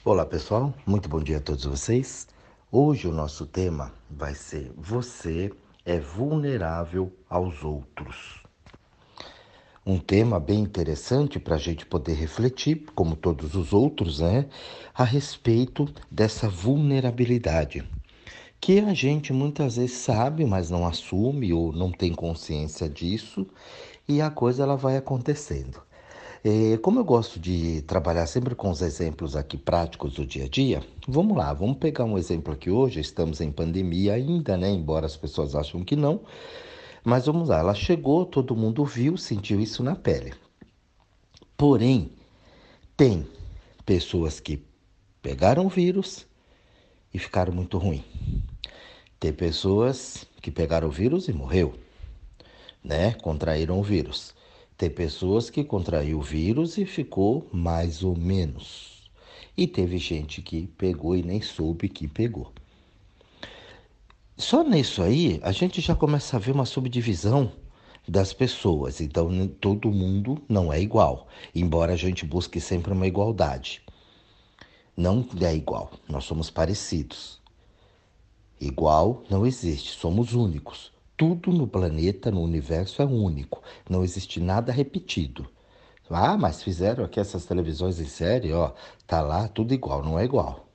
Olá pessoal, muito bom dia a todos vocês. Hoje o nosso tema vai ser: você é vulnerável aos outros. Um tema bem interessante para a gente poder refletir, como todos os outros, né, a respeito dessa vulnerabilidade, que a gente muitas vezes sabe, mas não assume ou não tem consciência disso, e a coisa ela vai acontecendo. Como eu gosto de trabalhar sempre com os exemplos aqui práticos do dia a dia, vamos lá, vamos pegar um exemplo aqui hoje. Estamos em pandemia ainda, né? Embora as pessoas acham que não, mas vamos lá. Ela chegou, todo mundo viu, sentiu isso na pele. Porém, tem pessoas que pegaram o vírus e ficaram muito ruim. Tem pessoas que pegaram o vírus e morreu, né? Contraíram o vírus. Tem pessoas que contraiu o vírus e ficou mais ou menos. E teve gente que pegou e nem soube que pegou. Só nisso aí, a gente já começa a ver uma subdivisão das pessoas. Então, todo mundo não é igual, embora a gente busque sempre uma igualdade. Não é igual, nós somos parecidos. Igual não existe, somos únicos. Tudo no planeta, no universo é único. Não existe nada repetido. Ah, mas fizeram aqui essas televisões em série, ó, tá lá tudo igual, não é igual.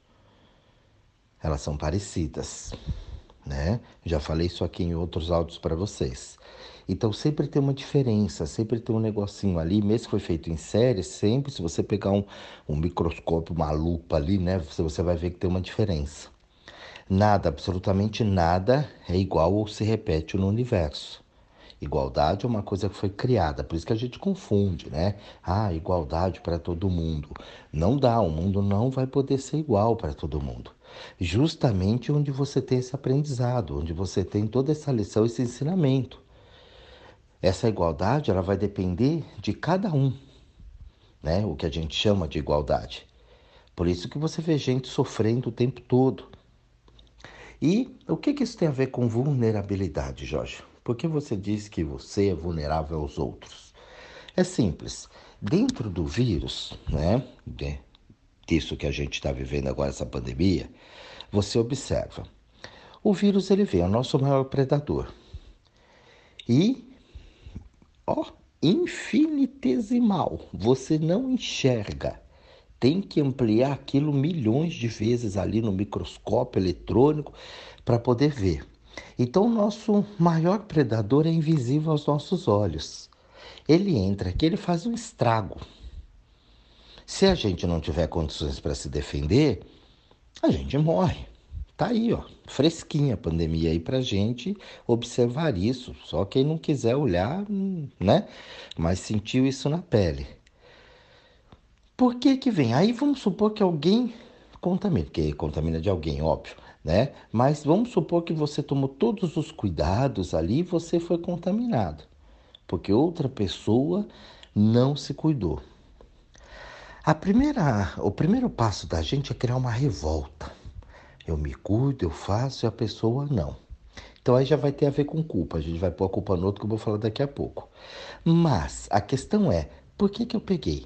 Elas são parecidas, né? Já falei isso aqui em outros áudios para vocês. Então sempre tem uma diferença, sempre tem um negocinho ali, mesmo que foi feito em série, sempre se você pegar um microscópio, uma lupa ali, né, você vai ver que tem uma diferença. Nada, absolutamente nada é igual ou se repete no universo. Igualdade é uma coisa que foi criada, por isso que a gente confunde, né? Ah, igualdade para todo mundo. Não dá, o mundo não vai poder ser igual para todo mundo. Justamente onde você tem esse aprendizado, onde você tem toda essa lição, esse ensinamento. Essa igualdade, ela vai depender de cada um, né? O que a gente chama de igualdade. Por isso que você vê gente sofrendo o tempo todo. E o que isso tem a ver com vulnerabilidade, Jorge? Por que você diz que você é vulnerável aos outros? É simples. Dentro do vírus, né, disso que a gente está vivendo agora, essa pandemia, você observa. O vírus, ele vem, é o nosso maior predador. E, ó, infinitesimal. Você não enxerga. Tem que ampliar aquilo milhões de vezes ali no microscópio eletrônico para poder ver. Então, o nosso maior predador é invisível aos nossos olhos. Ele entra aqui, ele faz um estrago. Se a gente não tiver condições para se defender, a gente morre. Tá aí, ó, fresquinha a pandemia aí pra gente observar isso. Só quem não quiser olhar, né? Mas sentiu isso na pele. Por que que vem? Aí vamos supor que alguém contamina, porque contamina de alguém, óbvio, né? Mas vamos supor que você tomou todos os cuidados ali e você foi contaminado, porque outra pessoa não se cuidou. O primeiro passo da gente é criar uma revolta. Eu me cuido, eu faço e a pessoa não. Então aí já vai ter a ver com culpa. A gente vai pôr a culpa no outro que eu vou falar daqui a pouco. Mas a questão é, por que que eu peguei?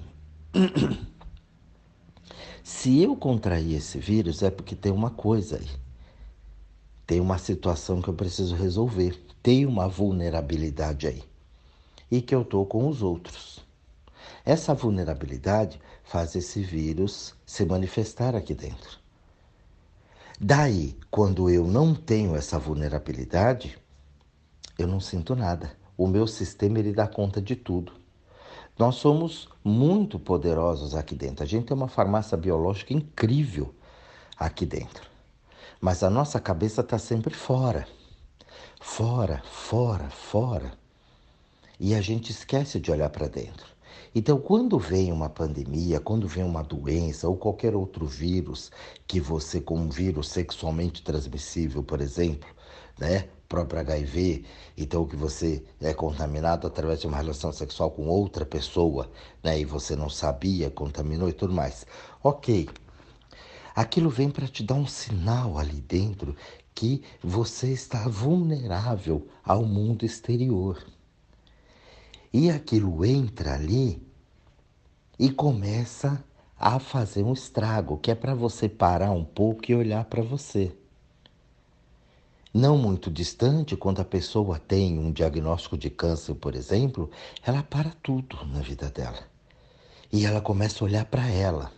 Se eu contrair esse vírus é porque tem uma coisa aí. Tem uma situação que eu preciso resolver. Tem uma vulnerabilidade aí. E que eu tô com os outros. Essa vulnerabilidade faz esse vírus se manifestar aqui dentro. Daí, quando eu não tenho essa vulnerabilidade, eu não sinto nada. O meu sistema ele dá conta de tudo. Nós somos muito poderosos aqui dentro. A gente tem uma farmácia biológica incrível aqui dentro. Mas a nossa cabeça está sempre fora. Fora, fora, fora. E a gente esquece de olhar para dentro. Então, quando vem uma pandemia, quando vem uma doença ou qualquer outro vírus que você, como um vírus sexualmente transmissível, por exemplo, né, próprio HIV, então que você é contaminado através de uma relação sexual com outra pessoa, né, e você não sabia, contaminou e tudo mais. Ok, aquilo vem para te dar um sinal ali dentro que você está vulnerável ao mundo exterior. E aquilo entra ali e começa a fazer um estrago, que é para você parar um pouco e olhar para você. Não muito distante, quando a pessoa tem um diagnóstico de câncer, por exemplo, ela para tudo na vida dela. E ela começa a olhar para ela.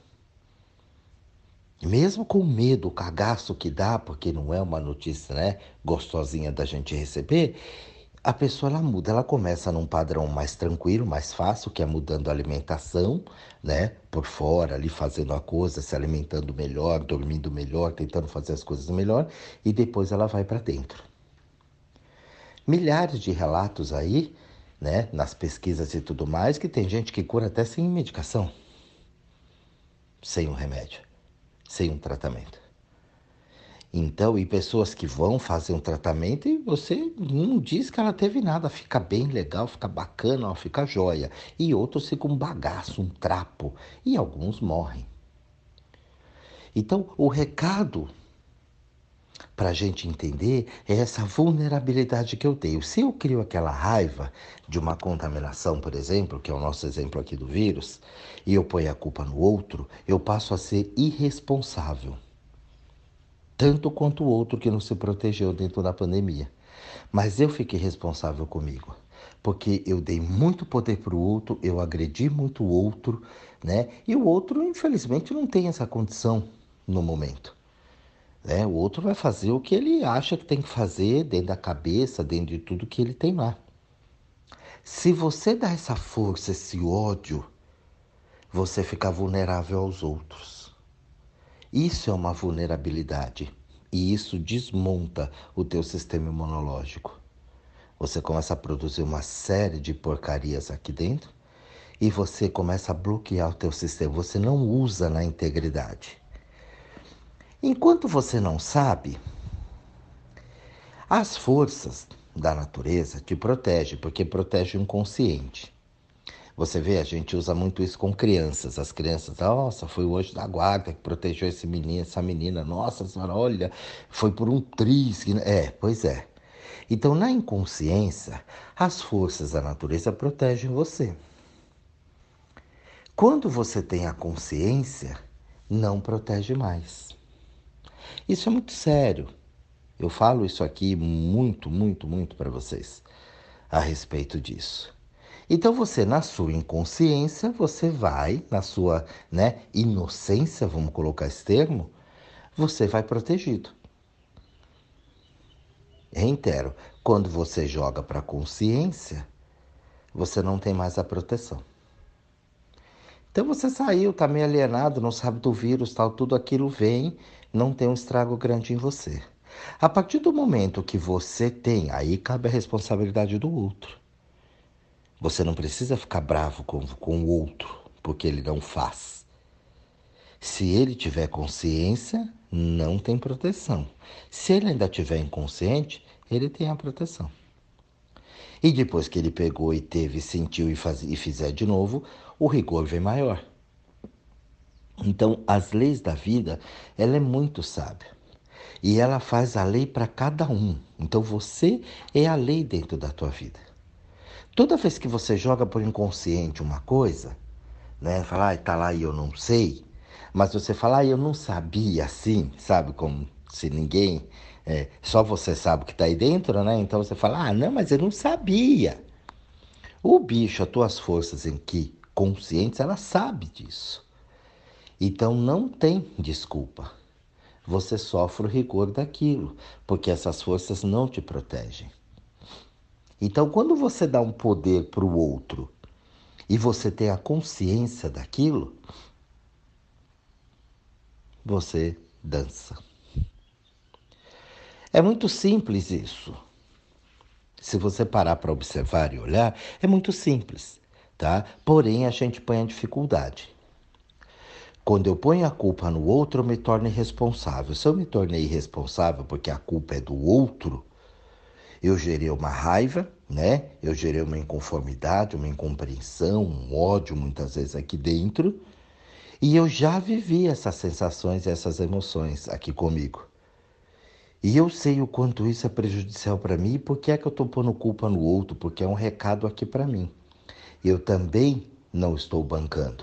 Mesmo com o medo, o cagaço que dá, porque não é uma notícia, né, gostosinha da gente receber, a pessoa ela muda, ela começa num padrão mais tranquilo, mais fácil, que é mudando a alimentação, né, por fora, ali fazendo a coisa, se alimentando melhor, dormindo melhor, tentando fazer as coisas melhor, e depois ela vai para dentro. Milhares de relatos aí, né, nas pesquisas e tudo mais, que tem gente que cura até sem medicação, sem um remédio, sem um tratamento. Então, e pessoas que vão fazer um tratamento e você não diz que ela teve nada, fica bem legal, fica bacana, ó, fica joia. E outros ficam um bagaço, um trapo, e alguns morrem. Então, o recado para a gente entender é essa vulnerabilidade que eu tenho. Se eu crio aquela raiva de uma contaminação, por exemplo, que é o nosso exemplo aqui do vírus, e eu ponho a culpa no outro, eu passo a ser irresponsável. Tanto quanto o outro que não se protegeu dentro da pandemia. Mas eu fiquei responsável comigo, porque eu dei muito poder para o outro, eu agredi muito o outro, né? E o outro, infelizmente, não tem essa condição no momento. Né? O outro vai fazer o que ele acha que tem que fazer dentro da cabeça, dentro de tudo que ele tem lá. Se você dá essa força, esse ódio, você fica vulnerável aos outros. Isso é uma vulnerabilidade. E isso desmonta o teu sistema imunológico. Você começa a produzir uma série de porcarias aqui dentro e você começa a bloquear o teu sistema. Você não usa na integridade. Enquanto você não sabe, as forças da natureza te protegem, porque protege o inconsciente. Você vê, a gente usa muito isso com crianças. As crianças, nossa, foi o anjo da guarda que protegeu esse menino, essa menina. Nossa senhora, olha, foi por um triz. Pois é. Então, na inconsciência, as forças da natureza protegem você. Quando você tem a consciência, não protege mais. Isso é muito sério. Eu falo isso aqui muito, muito, muito para vocês a respeito disso. Então você, na sua inconsciência, você vai, na sua, né, inocência, vamos colocar esse termo, você vai protegido. Reitero, quando você joga para a consciência, você não tem mais a proteção. Então você saiu, está meio alienado, não sabe do vírus, tal, tudo aquilo vem, não tem um estrago grande em você. A partir do momento que você tem, aí cabe a responsabilidade do outro. Você não precisa ficar bravo com o outro, porque ele não faz. Se ele tiver consciência, não tem proteção. Se ele ainda tiver inconsciente, ele tem a proteção. E depois que ele pegou e teve, sentiu e fizer de novo, o rigor vem maior. Então, as leis da vida, ela é muito sábia. E ela faz a lei para cada um. Então, você é a lei dentro da tua vida. Toda vez que você joga por inconsciente uma coisa, né? Fala, tá lá e eu não sei. Mas você fala, eu não sabia assim, sabe? Como se ninguém... só você sabe o que tá aí dentro, né? Então você fala, não, mas eu não sabia. O bicho, as tuas forças em que conscientes, ela sabe disso. Então não tem desculpa. Você sofre o rigor daquilo, porque essas forças não te protegem. Então, quando você dá um poder para o outro e você tem a consciência daquilo, você dança. É muito simples isso. Se você parar para observar e olhar, é muito simples, tá? Porém, a gente põe a dificuldade. Quando eu ponho a culpa no outro, eu me torno irresponsável. Se eu me tornei irresponsável porque a culpa é do outro, eu gerei uma raiva, né? Eu gerei uma inconformidade, uma incompreensão, um ódio muitas vezes aqui dentro. E eu já vivi essas sensações e essas emoções aqui comigo. E eu sei o quanto isso é prejudicial para mim e por que é que eu estou pondo culpa no outro, porque é um recado aqui para mim. Eu também não estou bancando.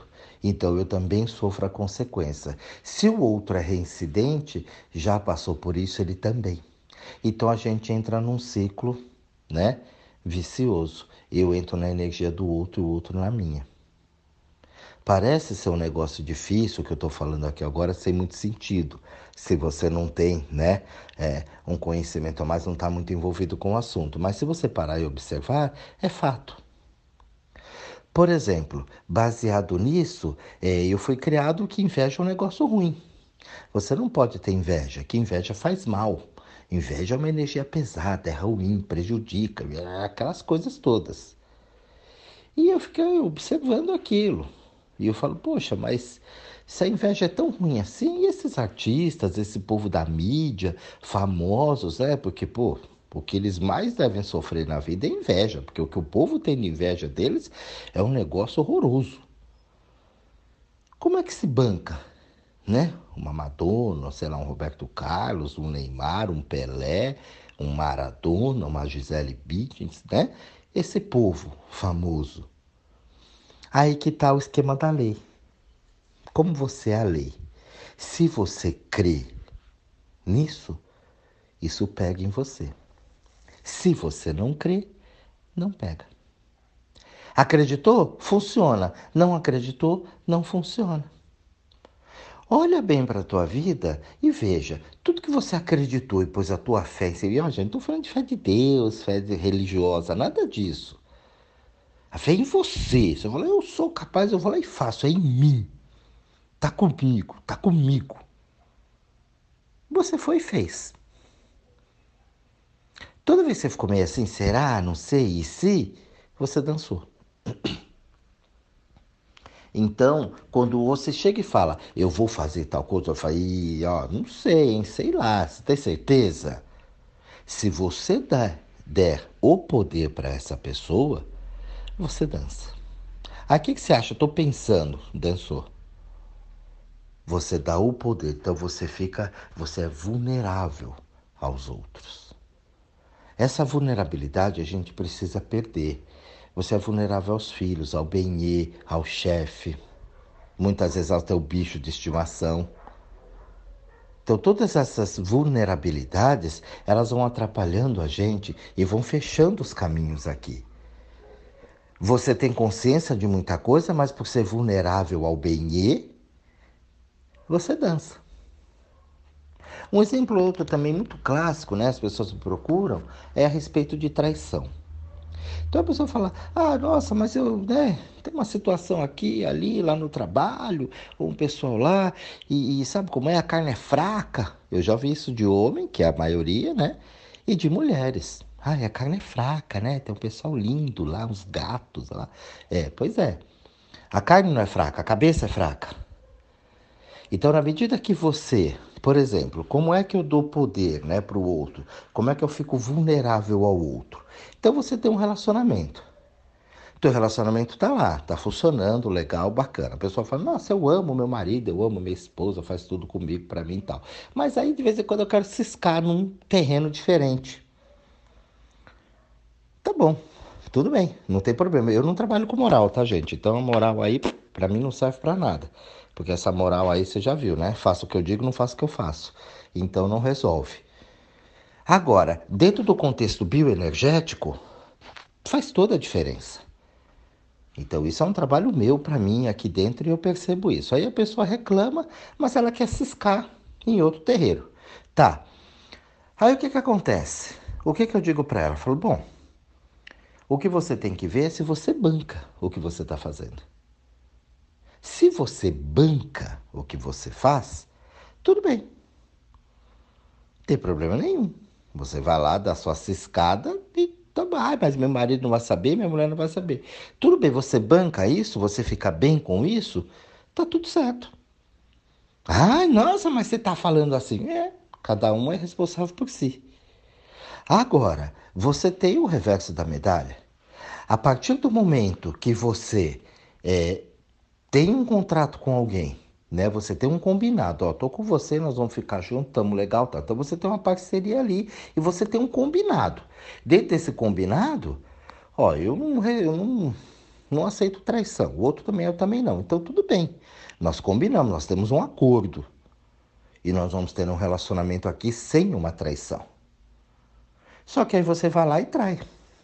Então eu também sofro a consequência. Se o outro é reincidente, já passou por isso, ele também. Então a gente entra num ciclo, né, vicioso. Eu entro na energia do outro e o outro na minha. Parece ser um negócio difícil o que eu estou falando aqui agora, sem muito sentido. Se você não tem, né, um conhecimento a mais, não está muito envolvido com o assunto. Mas se você parar e observar, é fato. Por exemplo, baseado nisso, eu fui criado que inveja é um negócio ruim. Você não pode ter inveja, que inveja faz mal. Inveja é uma energia pesada, é ruim, prejudica, aquelas coisas todas. E eu fiquei observando aquilo. E eu falo, poxa, mas se a inveja é tão ruim assim, e esses artistas, esse povo da mídia, famosos, né? Porque, pô, o que eles mais devem sofrer na vida é inveja, porque o que o povo tem de inveja deles é um negócio horroroso. Como é que se banca, né? Uma Madonna, sei lá, um Roberto Carlos, um Neymar, um Pelé, um Maradona, uma Gisele Bündchen, né? Esse povo famoso. Aí que está o esquema da lei. Como você é a lei? Se você crê nisso, isso pega em você. Se você não crê, não pega. Acreditou? Funciona. Não acreditou? Não funciona. Olha bem para a tua vida e veja, tudo que você acreditou e pôs a tua fé em si, gente, não estou falando de fé de Deus, religiosa, nada disso. A fé é em você. Você fala, eu sou capaz, eu vou lá e faço, é em mim. Tá comigo, tá comigo. Você foi e fez. Toda vez que você ficou meio assim, será, não sei, e se, você dançou. Então, quando você chega e fala, eu vou fazer tal coisa, eu falo, ó, não sei, hein, sei lá, você tem certeza? Se você der o poder para essa pessoa, você dança. Aí o que você acha? Eu tô pensando, dançou. Você dá o poder, então você é vulnerável aos outros. Essa vulnerabilidade a gente precisa perder. Você é vulnerável aos filhos, ao benê, ao chefe, muitas vezes ao teu bicho de estimação. Então todas essas vulnerabilidades, elas vão atrapalhando a gente e vão fechando os caminhos aqui. Você tem consciência de muita coisa, mas por ser vulnerável ao benê, você dança. Um exemplo outro também muito clássico, né? As pessoas me procuram, é a respeito de traição. Então a pessoa fala, ah, nossa, mas eu, né, tem uma situação aqui, ali, lá no trabalho, ou um pessoal lá, e sabe como é? A carne é fraca. Eu já ouvi isso de homem, que é a maioria, né? E de mulheres. Ah, a carne é fraca, né? Tem um pessoal lindo lá, uns gatos lá. Pois é. A carne não é fraca, a cabeça é fraca. Então, na medida que você, por exemplo, como é que eu dou poder, né, para o outro? Como é que eu fico vulnerável ao outro? Então, você tem um relacionamento. Teu relacionamento tá lá, tá funcionando, legal, bacana. A pessoa fala, nossa, eu amo meu marido, eu amo minha esposa, faz tudo comigo, pra mim e tal. Mas aí, de vez em quando, eu quero ciscar num terreno diferente. Tá bom, tudo bem, não tem problema. Eu não trabalho com moral, tá, gente? Então, a moral aí, pra mim, não serve pra nada. Porque essa moral aí, você já viu, né? Faço o que eu digo, não faço o que eu faço. Então, não resolve. Agora, dentro do contexto bioenergético, faz toda a diferença. Então, isso é um trabalho meu para mim aqui dentro e eu percebo isso. Aí a pessoa reclama, mas ela quer ciscar em outro terreiro. Tá. Aí o que que acontece? O que que eu digo para ela? Eu falo, bom, o que você tem que ver é se você banca o que você está fazendo. Se você banca o que você faz, tudo bem. Não tem problema nenhum. Você vai lá, dá sua ciscada e tá bom. Ah, mas meu marido não vai saber, minha mulher não vai saber. Tudo bem, você banca isso, você fica bem com isso, tá tudo certo. Ai, nossa, mas você tá falando assim. Cada um é responsável por si. Agora, você tem o reverso da medalha. A partir do momento que você é, tem um contrato com alguém, né? Você tem um combinado, ó, tô com você, nós vamos ficar juntos, tamo legal, tá? Então você tem uma parceria ali e você tem um combinado. Dentro desse combinado, ó, eu não não aceito traição. O outro também, eu também não. Então tudo bem. Nós combinamos, nós temos um acordo. E nós vamos ter um relacionamento aqui sem uma traição. Só que aí você vai lá e trai.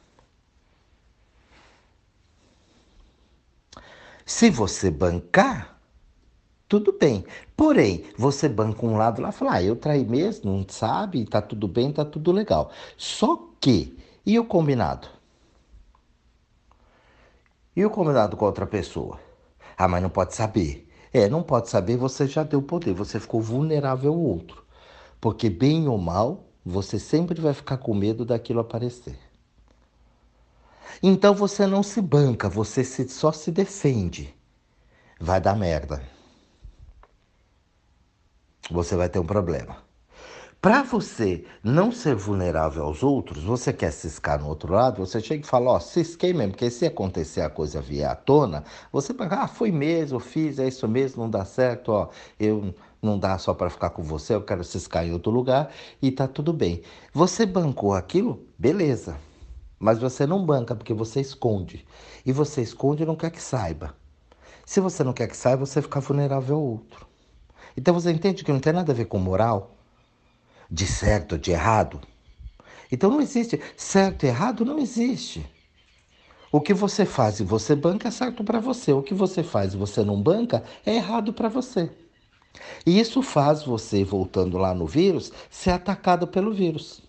Se você bancar, tudo bem. Porém, você banca um lado lá e fala, eu traí mesmo, não sabe, tá tudo bem, tá tudo legal. Só que, e o combinado? E o combinado com a outra pessoa? Ah, mas não pode saber. Não pode saber, você já deu poder, você ficou vulnerável ao outro. Porque bem ou mal, você sempre vai ficar com medo daquilo aparecer. Então você não se banca, só se defende. Vai dar merda. Você vai ter um problema. Para você não ser vulnerável aos outros, você quer ciscar no outro lado, você chega e fala, cisquei mesmo, porque se acontecer a coisa vier à tona, você fala, foi mesmo, fiz, é isso mesmo, não dá certo, eu não dá só para ficar com você, eu quero ciscar em outro lugar e tá tudo bem. Você bancou aquilo? Beleza. Mas você não banca porque você esconde. E você esconde e não quer que saiba. Se você não quer que saiba, você fica vulnerável ao outro. Então você entende que não tem nada a ver com moral? De certo ou de errado? Então não existe. Certo e errado não existe. O que você faz e você banca é certo para você. O que você faz e você não banca é errado para você. E isso faz você, voltando lá no vírus, ser atacado pelo vírus.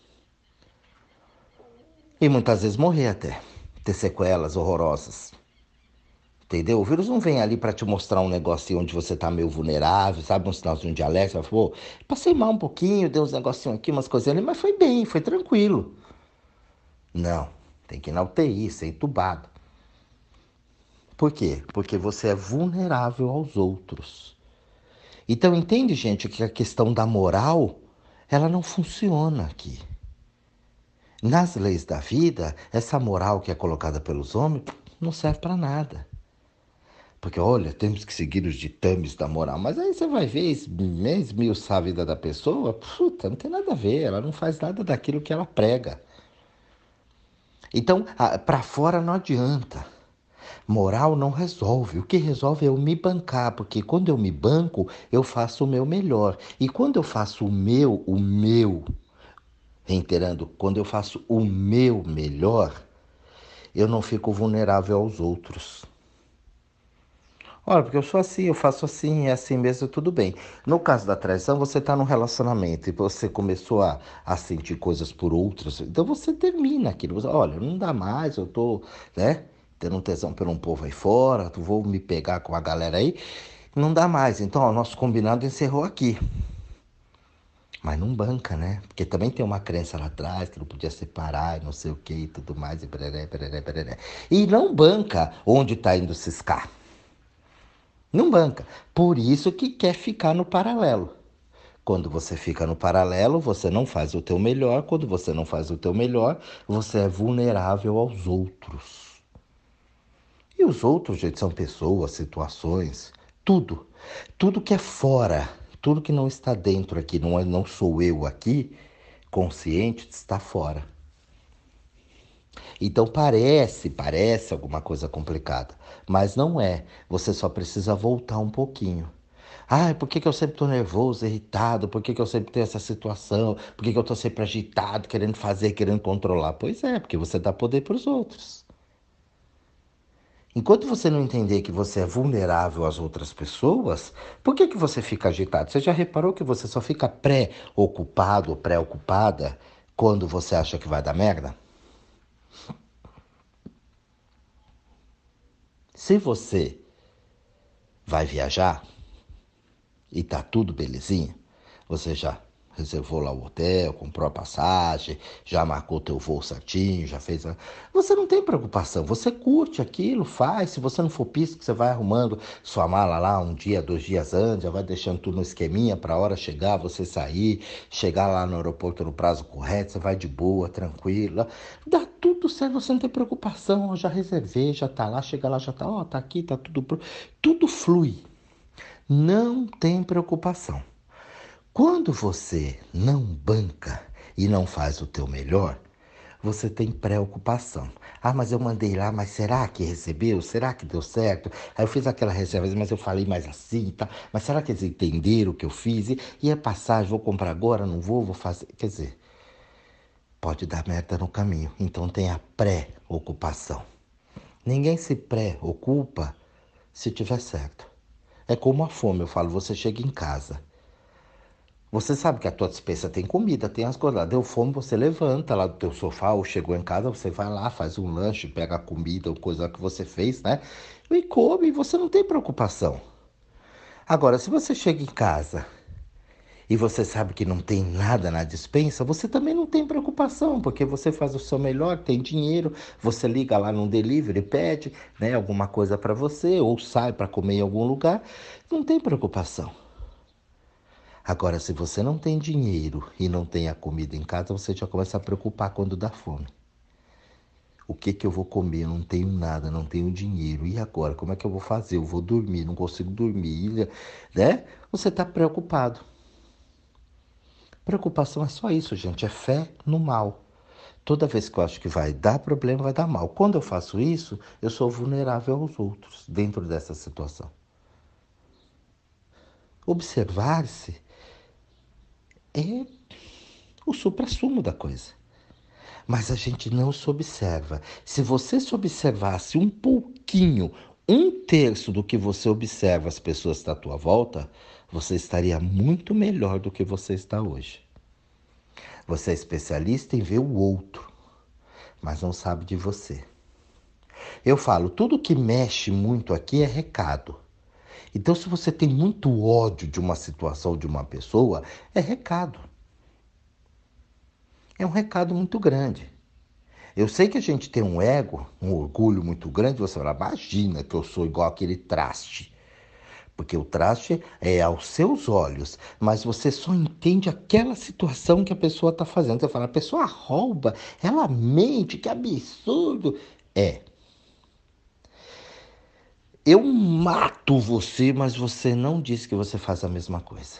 E muitas vezes morrer até. Ter sequelas horrorosas. Entendeu? O vírus não vem ali para te mostrar um negocinho onde você tá meio vulnerável, sabe? Um sinalzinho de alerta. Você fala, passei mal um pouquinho, deu uns negocinhos aqui, umas coisinhas ali, mas foi bem, foi tranquilo. Não, tem que ir na UTI, ser entubado. Por quê? Porque você é vulnerável aos outros. Então entende, gente, que a questão da moral, ela não funciona aqui. Nas leis da vida, essa moral que é colocada pelos homens não serve para nada. Porque, olha, temos que seguir os ditames da moral. Mas aí você vai ver, esmiuçar a vida da pessoa, puta, não tem nada a ver. Ela não faz nada daquilo que ela prega. Então, para fora não adianta. Moral não resolve. O que resolve é eu me bancar, porque quando eu me banco, eu faço o meu melhor. E quando eu faço reiterando, quando eu faço o meu melhor, eu não fico vulnerável aos outros. Olha, porque eu sou assim, eu faço assim, é assim mesmo, tudo bem. No caso da traição, você está num relacionamento e você começou a sentir coisas por outros, então você termina aquilo. Olha, não dá mais, eu tô, né, tendo um tesão por um povo aí fora, vou me pegar com a galera aí, não dá mais. Então, ó, nosso combinado encerrou aqui. Mas não banca, né? Porque também tem uma crença lá atrás que não podia separar e não sei o que e tudo mais, e pereré, pereré, pereré. E não banca onde está indo ciscar. Não banca. Por isso que quer ficar no paralelo. Quando você fica no paralelo, você não faz o teu melhor. Quando você não faz o teu melhor, você é vulnerável aos outros. E os outros, gente, são pessoas, situações, tudo. Tudo que é fora, tudo que não está dentro aqui, não sou eu aqui, consciente, está fora. Então parece alguma coisa complicada, mas não é. Você só precisa voltar um pouquinho. Ai, por que que eu sempre tô nervoso, irritado? Por que que eu sempre tenho essa situação? Por que que eu tô sempre agitado, querendo fazer, querendo controlar? Pois é, porque você dá poder para os outros. Enquanto você não entender que você é vulnerável às outras pessoas, por que que você fica agitado? Você já reparou que você só fica pré-ocupado ou preocupada quando você acha que vai dar merda? Se você vai viajar e tá tudo belezinha, você já reservou lá o hotel, comprou a passagem, já marcou teu voo certinho, já fez. Você não tem preocupação, você curte aquilo, faz. Se você não for pisco, você vai arrumando sua mala lá um dia, 2 dias antes, já vai deixando tudo no esqueminha para a hora chegar, você sair, chegar lá no aeroporto no prazo correto, você vai de boa, tranquila. Dá tudo certo, você não tem preocupação. Eu já reservei, já tá lá, chega lá, já tá, tá aqui, tá tudo pronto. Tudo flui. Não tem preocupação. Quando você não banca e não faz o teu melhor, você tem preocupação. Ah, mas eu mandei lá, mas será que recebeu? Será que deu certo? Aí eu fiz aquela reserva, mas eu falei mais assim, tá? Mas será que eles entenderam o que eu fiz? E a passagem, vou comprar agora, não vou, vou fazer. Quer dizer, pode dar merda no caminho. Então tem a pré-ocupação. Ninguém se preocupa se tiver certo. É como a fome, eu falo, você chega em casa. Você sabe que a tua despensa tem comida, tem as coisas lá. Deu fome, você levanta lá do teu sofá ou chegou em casa, você vai lá, faz um lanche, pega a comida ou coisa que você fez, né? E come e você não tem preocupação. Agora, se você chega em casa e você sabe que não tem nada na despensa, você também não tem preocupação, porque você faz o seu melhor, tem dinheiro, você liga lá no delivery, pede, né, alguma coisa para você ou sai para comer em algum lugar, não tem preocupação. Agora, se você não tem dinheiro e não tem a comida em casa, você já começa a preocupar quando dá fome. O que que eu vou comer? Eu não tenho nada, não tenho dinheiro. E agora? Como é que eu vou fazer? Eu vou dormir, não consigo dormir, né? Você está preocupado. Preocupação é só isso, gente. É fé no mal. Toda vez que eu acho que vai dar problema, vai dar mal. Quando eu faço isso, eu sou vulnerável aos outros dentro dessa situação. Observar-se é o suprassumo da coisa. Mas a gente não se observa. Se você se observasse um pouquinho, um terço do que você observa as pessoas à tua volta, você estaria muito melhor do que você está hoje. Você é especialista em ver o outro, mas não sabe de você. Eu falo, tudo que mexe muito aqui é recado. Então, se você tem muito ódio de uma situação, de uma pessoa, é recado. É um recado muito grande. Eu sei que a gente tem um ego, um orgulho muito grande, você fala, imagina que eu sou igual aquele traste. Porque o traste é aos seus olhos, mas você só entende aquela situação que a pessoa está fazendo. Você fala, a pessoa rouba, ela mente, que absurdo. É, eu mato você, mas você não disse que você faz a mesma coisa.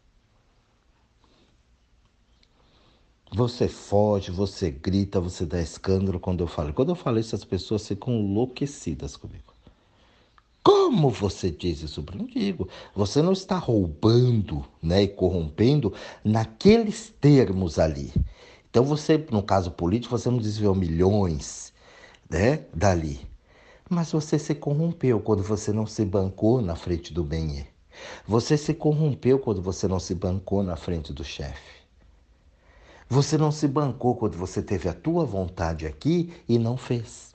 Você foge, você grita, você dá escândalo quando eu falo. Quando eu falo isso, as pessoas ficam enlouquecidas comigo. Como você diz isso, Bruno? Digo, você não está roubando, né, e corrompendo naqueles termos ali. Então você, no caso político, você não desviou milhões, né, dali. Mas você se corrompeu quando você não se bancou na frente do bem. Você se corrompeu quando você não se bancou na frente do chefe. Você não se bancou quando você teve a tua vontade aqui e não fez.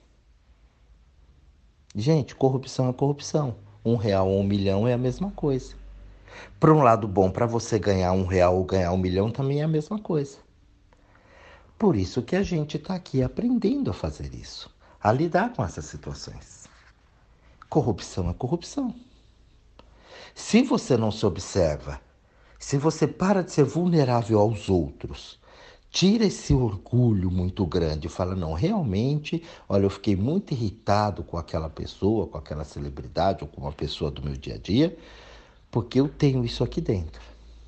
Gente, corrupção é corrupção. R$ 1 ou 1 milhão é a mesma coisa. Por um lado bom, para você ganhar R$ 1 ou ganhar 1 milhão também é a mesma coisa. Por isso que a gente está aqui aprendendo a fazer isso, a lidar com essas situações. Corrupção é corrupção. Se você não se observa, se você para de ser vulnerável aos outros, tira esse orgulho muito grande e fala, não, realmente, olha, eu fiquei muito irritado com aquela pessoa, com aquela celebridade ou com uma pessoa do meu dia a dia, porque eu tenho isso aqui dentro.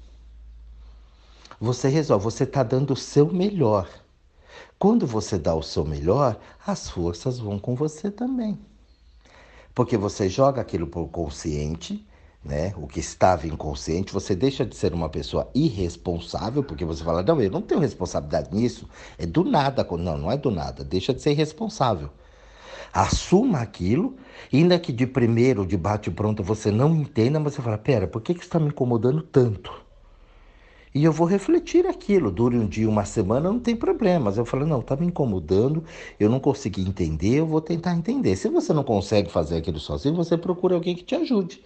Você resolve, você está dando o seu melhor. Quando você dá o seu melhor, as forças vão com você também. Porque você joga aquilo para o consciente, né? O que estava inconsciente, você deixa de ser uma pessoa irresponsável, porque você fala, não, eu não tenho responsabilidade nisso, é do nada. Não, não é do nada, deixa de ser irresponsável. Assuma aquilo, ainda que de primeiro, de bate-pronto, você não entenda, mas você fala, pera, por que isso está me incomodando tanto? E eu vou refletir aquilo, dure um dia, uma semana, não tem problema. Mas eu falo, não, está me incomodando, eu não consegui entender, eu vou tentar entender. Se você não consegue fazer aquilo sozinho, você procura alguém que te ajude.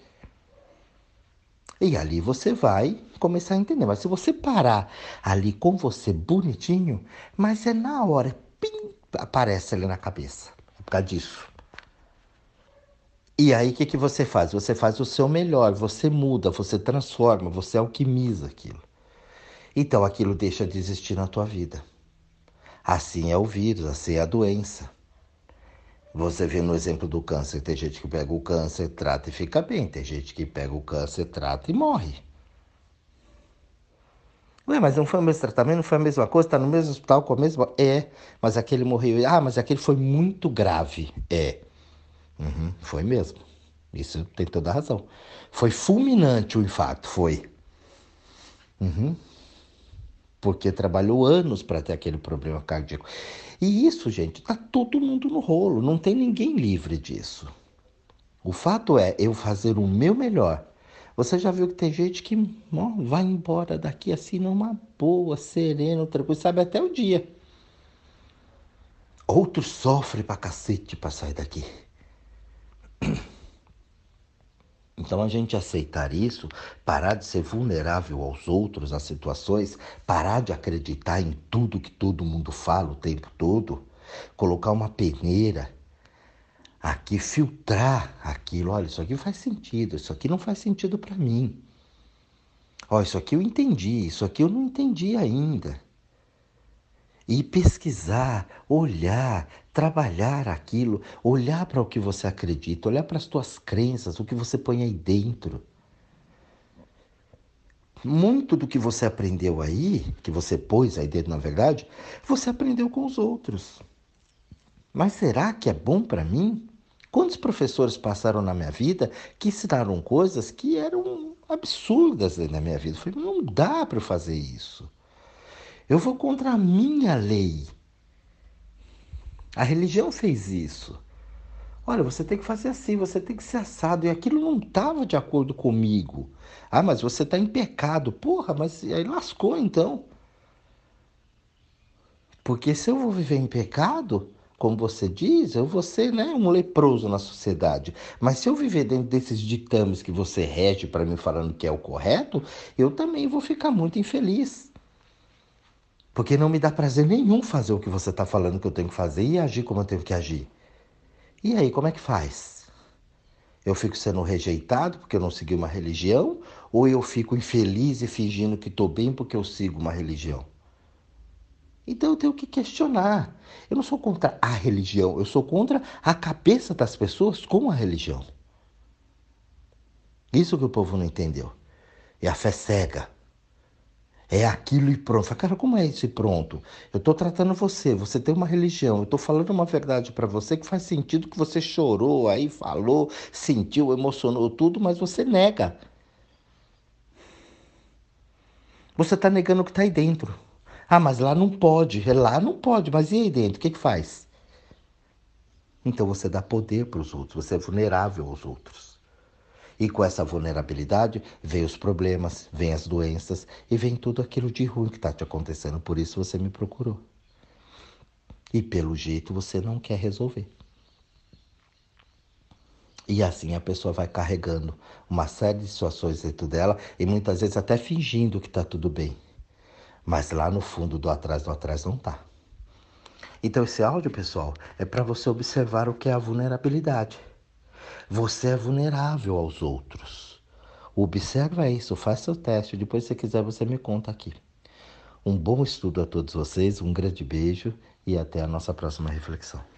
E ali você vai começar a entender. Mas se você parar ali com você bonitinho, mas é na hora, pim, aparece ali na cabeça. É por causa disso. E aí o que você faz? Você faz o seu melhor, você muda, você transforma, você alquimiza aquilo. Então aquilo deixa de existir na tua vida. Assim é o vírus, assim é a doença. Você vê no exemplo do câncer, tem gente que pega o câncer, trata e fica bem. Tem gente que pega o câncer, trata e morre. Ué, mas não foi o mesmo tratamento, não foi a mesma coisa, tá no mesmo hospital com a mesma. É, mas aquele morreu. Ah, mas aquele foi muito grave. É, foi mesmo. Isso tem toda a razão. Foi fulminante o infarto, foi. Porque trabalhou anos para ter aquele problema cardíaco. E isso, gente, tá todo mundo no rolo, não tem ninguém livre disso. O fato é eu fazer o meu melhor. Você já viu que tem gente que ó, vai embora daqui assim numa boa, sereno, tranquilo, sabe até o dia. Outros sofrem pra cacete pra sair daqui. Então a gente aceitar isso, parar de ser vulnerável aos outros, às situações, parar de acreditar em tudo que todo mundo fala o tempo todo, colocar uma peneira aqui, filtrar aquilo. Olha, isso aqui faz sentido, isso aqui não faz sentido para mim. Olha, isso aqui eu entendi, isso aqui eu não entendi ainda. E pesquisar, olhar, trabalhar aquilo, olhar para o que você acredita, olhar para as tuas crenças, o que você põe aí dentro. Muito do que você aprendeu aí, que você pôs aí dentro, na verdade, você aprendeu com os outros. Mas será que é bom para mim? Quantos professores passaram na minha vida que ensinaram coisas que eram absurdas na minha vida? Eu falei, não dá para fazer isso. Eu vou contra a minha lei. A religião fez isso. Olha, você tem que fazer assim, você tem que ser assado. E aquilo não estava de acordo comigo. Ah, mas você está em pecado. Porra, mas aí lascou então. Porque se eu vou viver em pecado, como você diz, eu vou ser, né, um leproso na sociedade. Mas se eu viver dentro desses ditames que você rege para mim falando que é o correto, eu também vou ficar muito infeliz. Porque não me dá prazer nenhum fazer o que você está falando que eu tenho que fazer e agir como eu tenho que agir. E aí, como é que faz? Eu fico sendo rejeitado porque eu não segui uma religião? Ou eu fico infeliz e fingindo que estou bem porque eu sigo uma religião? Então eu tenho que questionar. Eu não sou contra a religião, eu sou contra a cabeça das pessoas com a religião. Isso que o povo não entendeu. É a fé cega. É aquilo e pronto. Fala, cara, como é isso e pronto? Eu estou tratando você, você tem uma religião, eu estou falando uma verdade para você que faz sentido que você chorou, aí falou, sentiu, emocionou tudo, mas você nega. Você está negando o que está aí dentro. Ah, mas lá não pode. Lá não pode, mas e aí dentro? O que que faz? Então você dá poder para os outros, você é vulnerável aos outros. E com essa vulnerabilidade vem os problemas, vem as doenças e vem tudo aquilo de ruim que está te acontecendo. Por isso você me procurou. E pelo jeito você não quer resolver. E assim a pessoa vai carregando uma série de situações dentro dela e muitas vezes até fingindo que está tudo bem. Mas lá no fundo do atrás não está. Então esse áudio, pessoal, é para você observar o que é a vulnerabilidade. Você é vulnerável aos outros. Observa isso, faça o teste. Depois, se quiser, você me conta aqui. Um bom estudo a todos vocês, um grande beijo e até a nossa próxima reflexão.